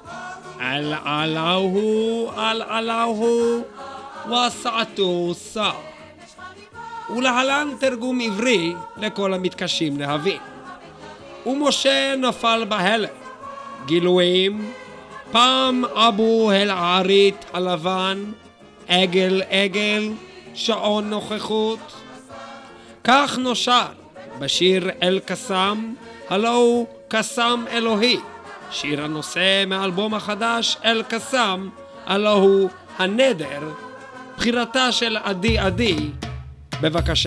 אלוהו וסעתו סע. ולהלן תרגום עברי לכל המתקשים להבין. ומשה נפל בהלם, גילויים, פעם אבו הערית הלבן, עגל שעון נוכחות. כך נושר בשיר אל-קסאם, הלו קסאם אלוהי, שיר הנושא מאלבום החדש אל-קסאם, הלו הוא הנדר, בחירתה של עדי, בבקשה.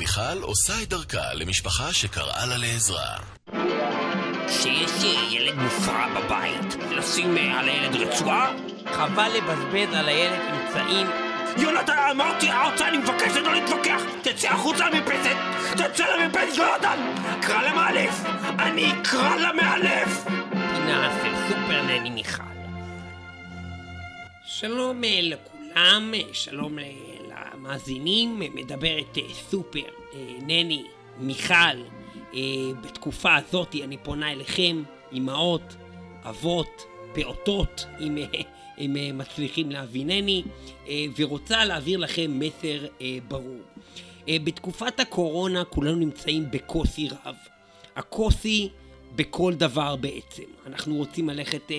מיכל עושה את דרכה למשפחה שקראה לה לעזרה. שיש ילד מופרע בבית, לשים על הילד רצועה? חבל לבזבז על הילד אמצעים. יונתן, אמרתי, ארצה, אני מבקש לא להתווכח. תצא החוצה למרפסת, תצא למרפסת, יונתן! קרא למאלף! אני אקרא למאלף! פינה של סופר נני מיכל. שלום לכולם, שלום למאזינים, מדברת סופר נני מיכל. בתקופה הזאת אני פונה אליכם, אמהות, אבות, פעוטות, אם מצליחים להבינני, ורוצה להעביר לכם מסר ברור. בתקופת הקורונה כולנו נמצאים בקושי רב. הקושי בכל דבר בעצם. אנחנו רוצים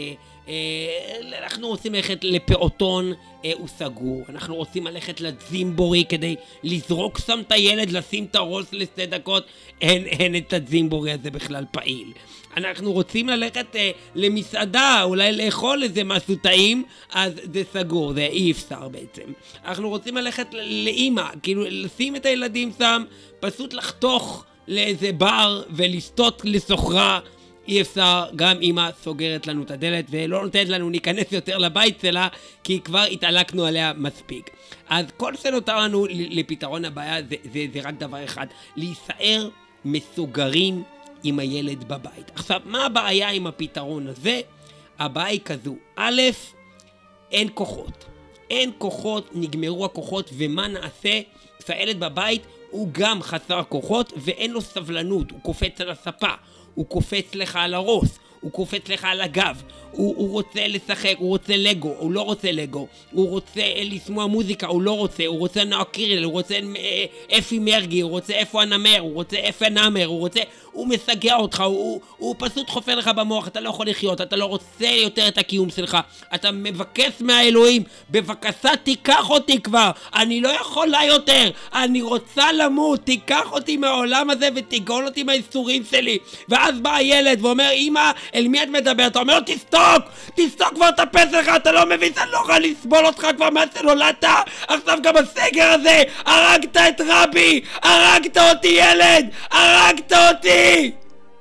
ללכת לפעוטון, הוא סגור. אנחנו רוצים ללכת לזימבורי כדי לזרוק שם את הילד, לשים את הראש לשתי דקות, אין את הזימבורי הזה בכלל פעיל. אנחנו רוצים ללכת למסעדה, אולי לאכול איזה משהו טעים, אז זה סגור, זה אי אפשר בעצם. אנחנו רוצים ללכת לאמא, כאילו לשים את הילדים שם, פשוט לחתוך לאיזה בר ולסטות לסוחרה, אי אפשר, גם אמא סוגרת לנו את הדלת ולא נותנת לנו להיכנס יותר לבית שלה, כי כבר התעלקנו עליה מספיק. אז כל שנותר לנו לפתרון הבעיה זה רק דבר אחד, להישאר מסוגרים עם הילד בבית. עכשיו, מה הבעיה עם הפתרון הזה? הבעיה היא כזו, א', אין כוחות. אין כוחות, נגמרו הכוחות, ומה נעשה? כשהילד בבית הוא גם חסר כוחות ואין לו סבלנות, הוא קופץ על הספה, הוא קופץ לך על הראש, הוא קופץ לך על הגב, הוא רוצה לשחק, הוא רוצה לגו, הוא לא רוצה לגו, הוא רוצה לשמוע מוזיקה, הוא לא רוצה, הוא רוצה נועה קירל, הוא רוצה אפי מרגי, הוא רוצה איפה הנמר, הוא רוצה איפה הנמר, הוא מסגע אותך, הוא פשוט חופר לך במוח, אתה לא יכול לחיות, אתה לא רוצה יותר את הקיום שלך, אתה מבקש מהאלוהים, בבקשה תיקח אותי כבר, אני לא יכולה יותר, אני רוצה למות, תיקח אותי מהעולם הזה ותגאול אותי מהאיסורים שלי. ואז בא הילד ואומר, אמא, אל מי את מדברת? אתה אומר, תסתוק כבר את הפה שלך, אתה לא מבין, אני לא יכול לסבול אותך כבר מאז שנולדת, עכשיו גם הסגר הזה, הרגת את רבי, הרגת אותי ילד, הרגת אותי!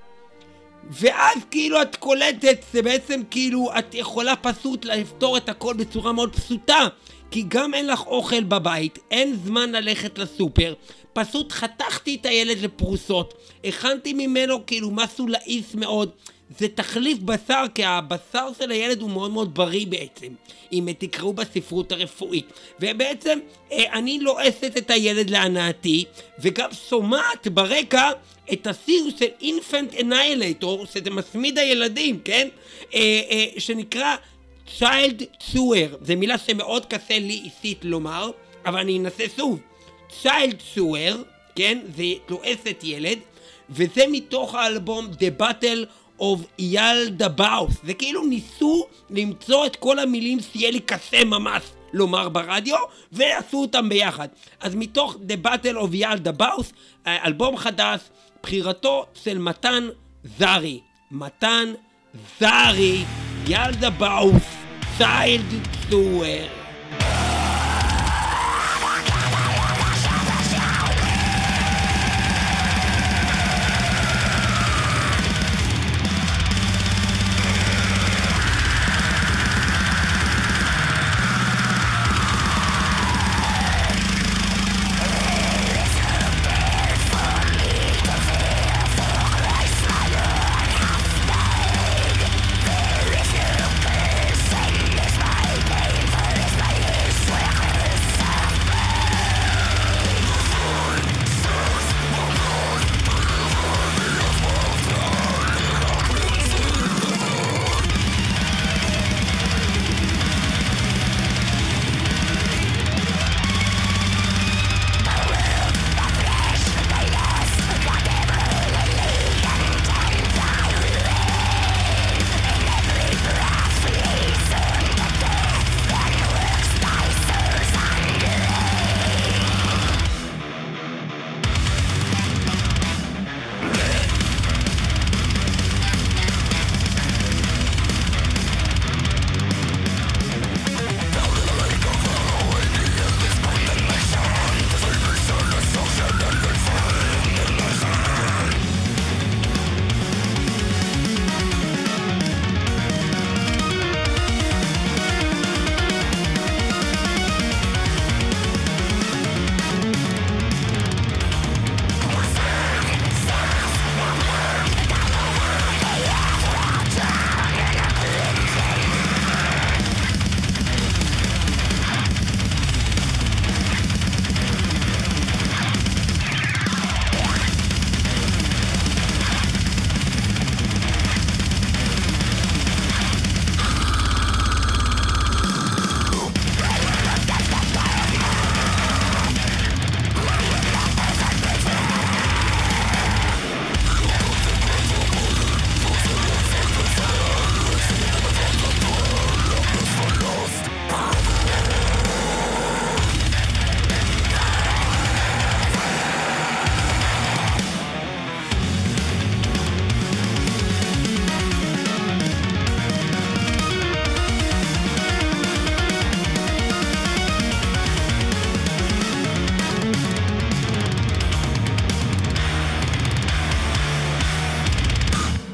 ואז כאילו את קולטת, זה בעצם כאילו את יכולה פשוט לפתור את הכל בצורה מאוד פשוטה, כי גם אין לך אוכל בבית, אין זמן ללכת לסופר, פשוט חתכתי את הילד לפרוסות, הכנתי ממנו כאילו משהו לעיס מאוד, זה תחליף בשר, כי הבשר של הילד הוא מאוד מאוד בריא בעצם, אם תקראו בספרות הרפואית. ובעצם אני לועסת את הילד להנאתי, וגם שומעת ברקע את הסיר של Infant Annihilator, שזה מסמיד הילדים, כן? שנקרא Child Sewer. זה מילה שמאוד קשה לי אישית לומר, אבל אני אנסה שוב. Child Sewer, כן? זה לועסת ילד, וזה מתוך האלבום The Battle of ילדה באוס. זה כאילו ניסו למצוא את כל המילים שיהיה לי קשה ממש לומר ברדיו, ועשו אותם ביחד. אז מתוך The Battle of ילדה באוס, אלבום חדש, בחירתו של מתן זרי. מתן זרי, ילדה באוס, Child Sewer.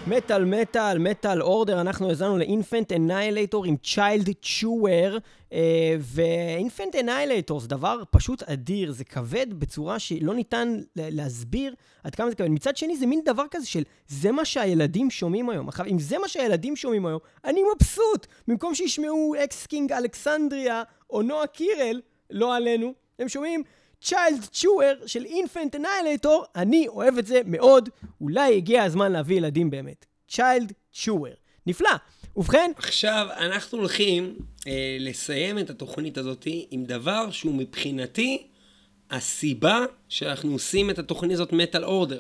מטל אורדר, אנחנו הזנו לאינפנט אנאילייטור עם צ'יילד צ'ואר, ואינפנט אנאילייטור זה דבר פשוט אדיר, זה כבד בצורה שלא ניתן להסביר עד כמה זה כבד. מצד שני זה מין דבר כזה של זה מה שהילדים שומעים היום. עכשיו, אם זה מה שהילדים שומעים היום, אני מבסוט. במקום שישמעו אקס קינג אלכסנדריה או נועה קירל, לא עלינו, הם שומעים צ'יילד צ'ואר של אינפנט אנאילייטור, אני אוהב את זה מאוד, אולי הגיע הזמן להביא ילדים באמת. צ'יילד צ'ואר. נפלא. ובכן, עכשיו אנחנו הולכים לסיים את התוכנית הזאת עם דבר שהוא מבחינתי הסיבה שאנחנו עושים את התוכנית הזאת מטל אורדר.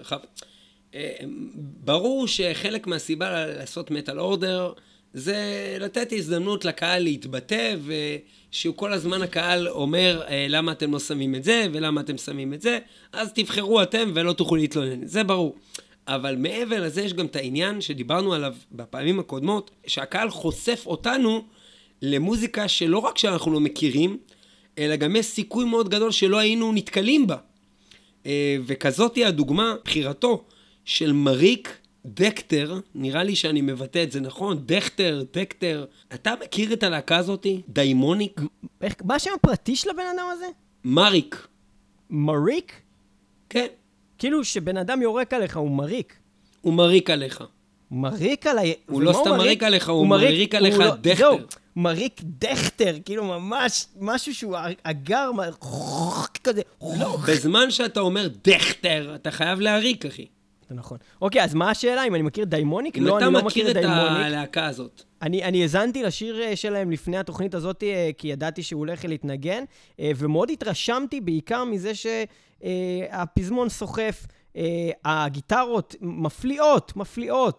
ברור שחלק מהסיבה לעשות מטל אורדר זה לתת הזדמנות לקהל להתבטא, ושהוא כל הזמן הקהל אומר למה אתם לא שמים את זה ולמה אתם שמים את זה, אז תבחרו אתם ולא תוכלו להתלונן, זה ברור. אבל מעבר לזה יש גם את העניין שדיברנו עליו בפעמים הקודמות, שהקהל חושף אותנו למוזיקה שלא רק שאנחנו לא מכירים, אלא גם יש סיכוי מאוד גדול שלא היינו נתקלים בה. וכזאת היא הדוגמה, בחירתו של מריק דקטר, נראה לי שאני מבטא את זה נכון, דקטר. אתה מכיר את הלהקה הזאת? דיימוניק? מה השם הפרטי של הבן אדם הזה? מריק. מריק? כן. כאילו שבן אדם יורק עליך, הוא מריק. הוא מריק עליך. מריק עליי... הוא לא סתם מריק עליך, הוא מריק עליך דכטר. זהו, מריק דכטר, כאילו ממש משהו שהוא אגר, כזה. לא, בזמן שאתה אומר דכטר, אתה חייב להריק, אחי. זה נכון. אוקיי, אז מה השאלה? אם אני מכיר דיימוניק? אם אתה מכיר את הלהקה הזאת. אני הזנתי לשיר שלהם לפני התוכנית הזאת, כי ידעתי שהוא הולך להתנגן, ומאוד התרשמתי בעיקר מזה שהפזמון סוחף, הגיטרות מפליאות,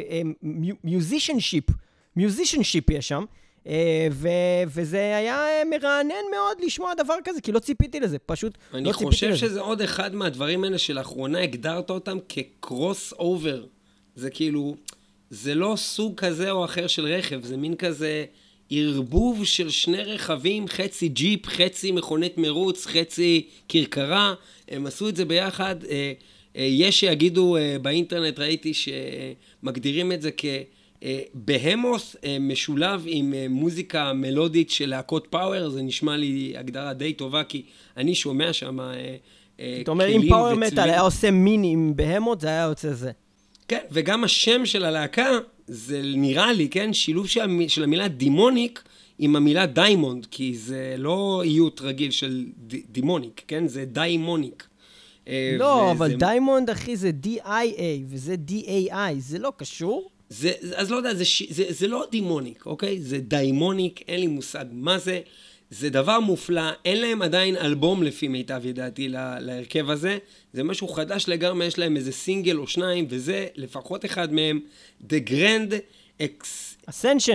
מיוזישנשיפ יש שם, וזה היה מרענן מאוד לשמוע דבר כזה, כי לא ציפיתי לזה, פשוט לא ציפיתי לזה. אני חושב שזה עוד אחד מהדברים האלה שלאחרונה הגדרת אותם כקרוס אובר. זה כאילו, זה לא סוג כזה או אחר של רכב, זה מין כזה ערבוב של שני רכבים, חצי ג'יפ, חצי מכונית מרוץ, חצי קרקרה, הם עשו את זה ביחד. יש שיגידו באינטרנט, ראיתי שמגדירים את זה בהמוס משולב עם מוזיקה מלודית של להקות פאוור, זה נשמע לי הגדרה די טובה, כי אני שומע שם אתה אומר, אם פאוור מטל היה עושה מיני עם בהמות, זה היה יוצא זה. כן, וגם השם של הלהקה, זה נראה לי, כן, שילוב של המילה דימוניק עם המילה דיימונד, כי זה לא איות רגיל של דימוניק, כן, זה דיימוניק. לא, אבל דיימונד, אחי, זה D-I-A, וזה D-A-I, זה לא קשור? אז לא יודע, זה לא דימוניק, אוקיי? זה דיימוניק, אין לי מושג מה זה. זה דבר מופלא, אין להם עדיין אלבום לפי מיטב ידעתי להרכב הזה. זה משהו חדש לגמרי, יש להם איזה סינגל או שניים, וזה לפחות אחד מהם, The Grand Ascension.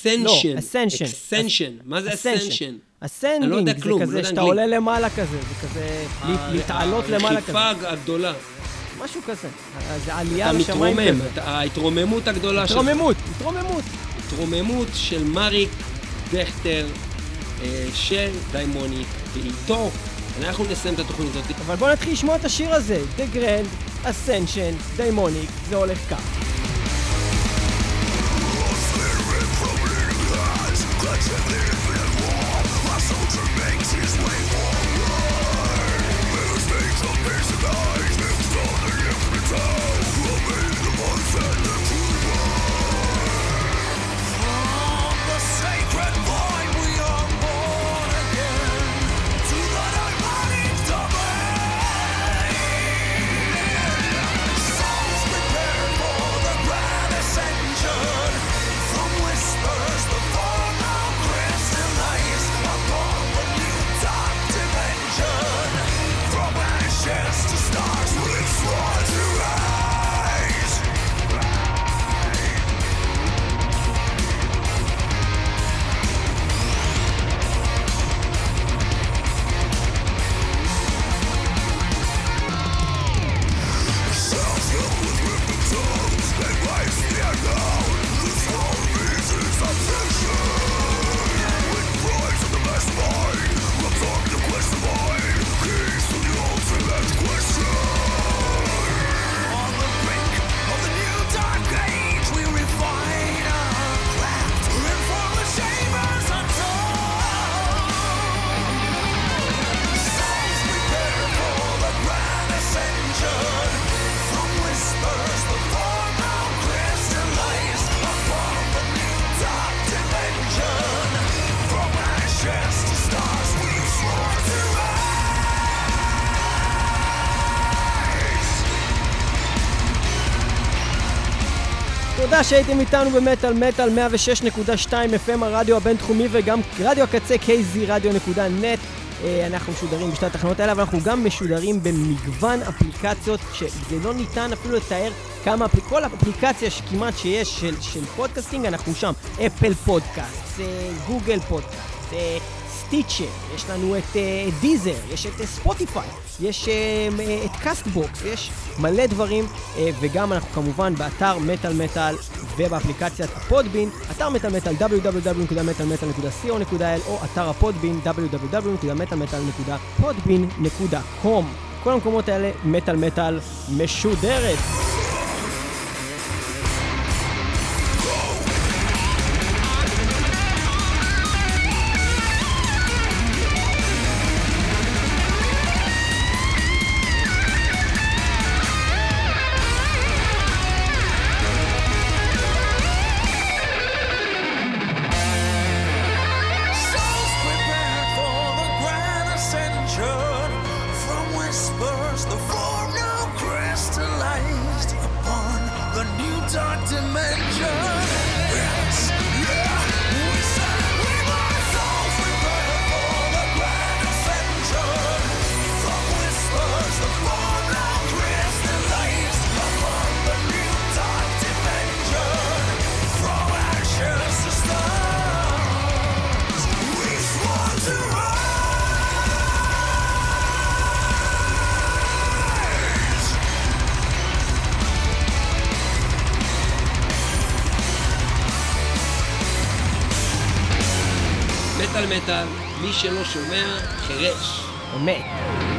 מה זה Ascension? Ascending, זה כזה שאתה עולה למעלה כזה, זה כזה להתעלות למעלה כזה. הרכיפה הגדולה. משהו כזה, זה עלייה לשמיים כזה. ההתרוממות הגדולה שלך. התרוממות של מריק דכטר של דיימוניק, ואיתו אנחנו נסיים את התוכנית הזאת. אבל בוא נתחיל לשמוע את השיר הזה, The Grand Ascension, דיימוניק, זה הולך כך. From whispers the form of crystallized upon the new dark dimension. תודה שהייתם איתנו במטל מטל 106.2 FM הרדיו הבינתחומי וגם רדיו הקצה kzradio.net. אנחנו משודרים בשתי התחנות האלה, אבל אנחנו גם משודרים במגוון אפליקציות שזה לא ניתן אפילו לתאר כמה, כל אפליקציה שכמעט שיש של פודקאסטינג אנחנו שם. אפל פודקאסט, גוגל פודקאסט, סטיצ'ר, יש לנו את דיזר, יש את ספוטיפיי, יש את קאסטבוקס, יש מלא דברים, וגם אנחנו כמובן באתר מטל מטל ובאפליקציית הפודבין, אתר מטל מטל www.metalmetal.co.il או אתר הפודבין www.metalmetal.podbean.com. כל המקומות האלה מטל מטל משודרת. מטל מטל, מי שלא שומע, חרש. אמת.